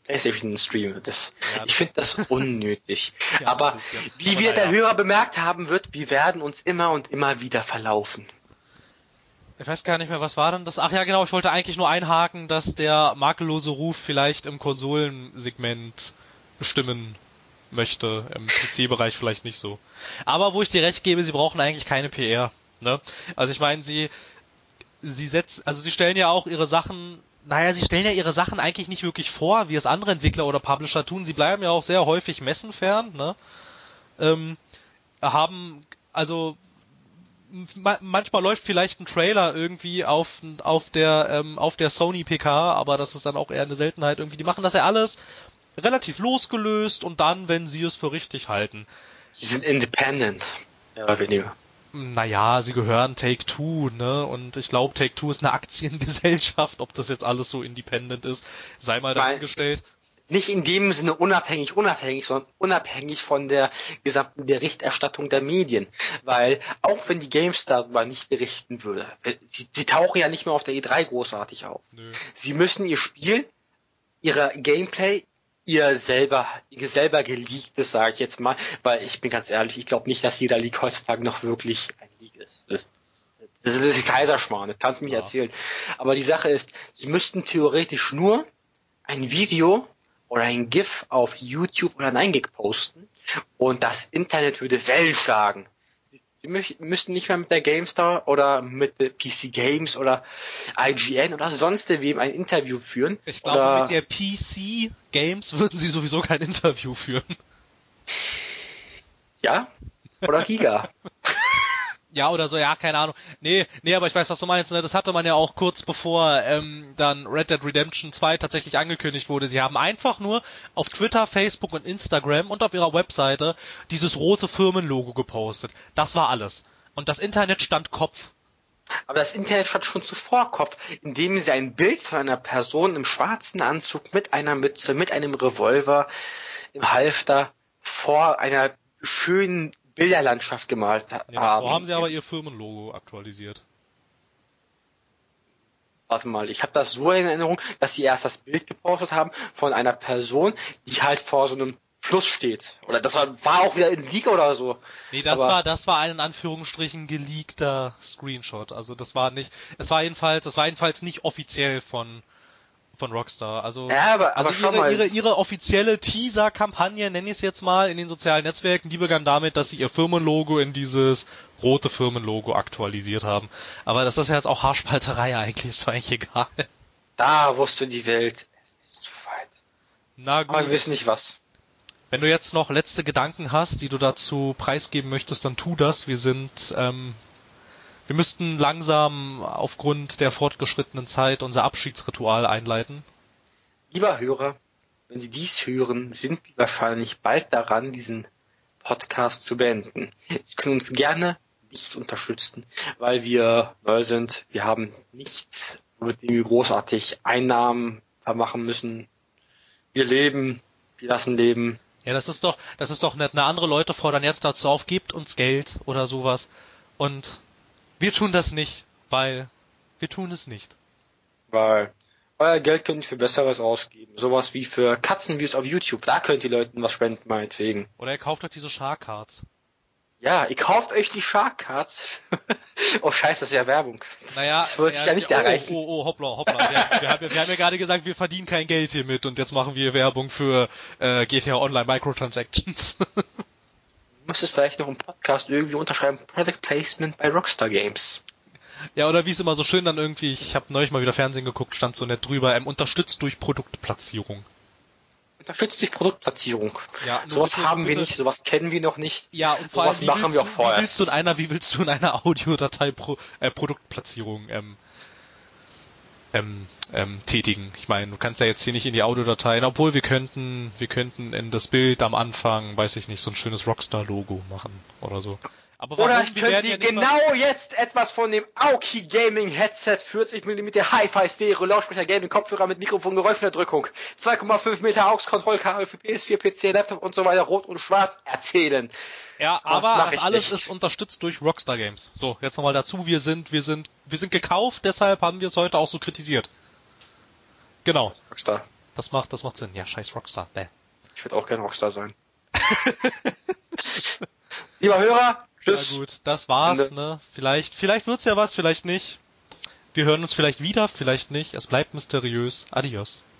PlayStation streamen. Ja, ich finde das unnötig. Ja, Aber wie wir der Hörer bemerkt haben wird, wir werden uns immer und immer wieder verlaufen. Ich weiß gar nicht mehr, was war denn das? Ach ja, genau, ich wollte eigentlich nur einhaken, dass der makellose Ruf vielleicht im Konsolensegment bestimmen möchte, im PC-Bereich vielleicht nicht so. Aber wo ich dir recht gebe, sie brauchen eigentlich keine PR, ne? Also ich meine, sie stellen ja auch ihre Sachen, sie stellen ja ihre Sachen eigentlich nicht wirklich vor, wie es andere Entwickler oder Publisher tun. Sie bleiben ja auch sehr häufig messenfern, ne? Manchmal läuft vielleicht ein Trailer irgendwie auf der Sony PK, aber das ist dann auch eher eine Seltenheit irgendwie. Die machen das ja alles relativ losgelöst und dann, wenn sie es für richtig halten. Sie sind independent, mehr oder weniger. Naja, sie gehören Take-Two, ne? Und ich glaube, Take-Two ist eine Aktiengesellschaft. Ob das jetzt alles so independent ist, sei mal dahingestellt. Nicht in dem Sinne unabhängig, sondern unabhängig von der gesamten Berichterstattung der Medien. Weil, auch wenn die Games darüber nicht berichten würde, sie tauchen ja nicht mehr auf der E3 großartig auf. Nö. Sie müssen ihr Spiel, ihre Gameplay, ihr selber geleaktes, sage ich jetzt mal, weil ich bin ganz ehrlich, ich glaube nicht, dass jeder Leak heutzutage noch wirklich ein Leak ist. Das ist die Kaiserschmarrn, das kannst du mir erzählen. Aber die Sache ist, sie müssten theoretisch nur ein Video oder ein GIF auf YouTube oder 9gag posten und das Internet würde Wellen schlagen. Sie müssten nicht mehr mit der GameStar oder mit PC Games oder IGN oder sonst wem ein Interview führen. Ich glaube, mit der PC Games würden sie sowieso kein Interview führen. Ja? Oder Giga. Ja, oder so, ja, keine Ahnung. Nee, aber ich weiß, was du meinst, ne? Das hatte man ja auch kurz bevor dann Red Dead Redemption 2 tatsächlich angekündigt wurde. Sie haben einfach nur auf Twitter, Facebook und Instagram und auf ihrer Webseite dieses rote Firmenlogo gepostet. Das war alles. Und das Internet stand Kopf. Aber das Internet stand schon zuvor Kopf, indem sie ein Bild von einer Person im schwarzen Anzug mit einer Mütze, mit einem Revolver im Halfter vor einer schönen Bilderlandschaft gemalt haben. Haben sie aber ihr Firmenlogo aktualisiert. Warte mal, ich habe das so in Erinnerung, dass sie erst das Bild gepostet haben von einer Person, die halt vor so einem Fluss steht. Oder das war auch wieder in Leak oder so. Nee, das war ein in Anführungsstrichen geleakter Screenshot. Also das war jedenfalls nicht offiziell von Rockstar. Also, ja, aber ihre offizielle Teaser-Kampagne, nenne ich es jetzt mal, in den sozialen Netzwerken, die begann damit, dass sie ihr Firmenlogo in dieses rote Firmenlogo aktualisiert haben. Aber das ist ja jetzt auch Haarspalterei eigentlich, ist doch eigentlich egal. Da wusste die Welt, es ist zu weit. Na gut. Aber wir wissen nicht was. Wenn du jetzt noch letzte Gedanken hast, die du dazu preisgeben möchtest, dann tu das. Wir müssten langsam aufgrund der fortgeschrittenen Zeit unser Abschiedsritual einleiten. Lieber Hörer, wenn Sie dies hören, sind wir wahrscheinlich bald daran, diesen Podcast zu beenden. Sie können uns gerne nicht unterstützen, weil wir neu sind. Wir haben nichts, mit dem wir großartig Einnahmen vermachen müssen. Wir leben, wir lassen leben. Ja, das ist doch nett. Andere Leute fordern jetzt dazu auf, gebt uns Geld oder sowas. Und wir tun das nicht, weil wir tun es nicht. Weil euer Geld könnt ihr für Besseres ausgeben. Sowas wie für Katzenviews auf YouTube. Da könnt ihr Leuten was spenden, meinetwegen. Oder ihr kauft euch diese Shark Cards. Ja, ihr kauft euch die Shark Cards. Oh scheiße, das ist ja Werbung. Naja, das wollte ich ja nicht erreichen. Hoppla. Wir haben ja gerade gesagt, wir verdienen kein Geld hiermit und jetzt machen wir Werbung für GTA Online Microtransactions. Du müsstest vielleicht noch im Podcast irgendwie unterschreiben, Product Placement bei Rockstar Games. Ja, oder wie es immer so schön dann irgendwie, ich habe neulich mal wieder Fernsehen geguckt, stand so nett drüber, unterstützt durch Produktplatzierung. Unterstützt durch Produktplatzierung. Ja, sowas haben wir nicht, sowas kennen wir noch nicht. Ja, und vor allem, machen wir auch vorher. Wie willst du in einer Audiodatei Produktplatzierung tätigen? Ich meine, du kannst ja jetzt hier nicht in die Audiodateien, obwohl wir könnten in das Bild am Anfang, weiß ich nicht, so ein schönes Rockstar-Logo machen oder so. Aber oder ich könnte dir genau jetzt etwas von dem Aoki Gaming Headset 40mm Hi-Fi Stereo Lautsprecher Gaming Kopfhörer mit Mikrofon Geräuschunterdrückung 2,5 Meter AUX Kontrollkabel für PS4, PC, Laptop und so weiter rot und schwarz erzählen. Ja, aber das alles ist unterstützt durch Rockstar Games. So, jetzt nochmal dazu, wir sind gekauft, deshalb haben wir es heute auch so kritisiert. Genau. Rockstar. Das macht Sinn. Ja, scheiß Rockstar. Bäh. Ich würde auch gern Rockstar sein. Lieber Hörer, tschüss. Ja gut, das war's, Ende. ne? Vielleicht wird's ja was, vielleicht nicht. Wir hören uns vielleicht wieder, vielleicht nicht. Es bleibt mysteriös. Adios.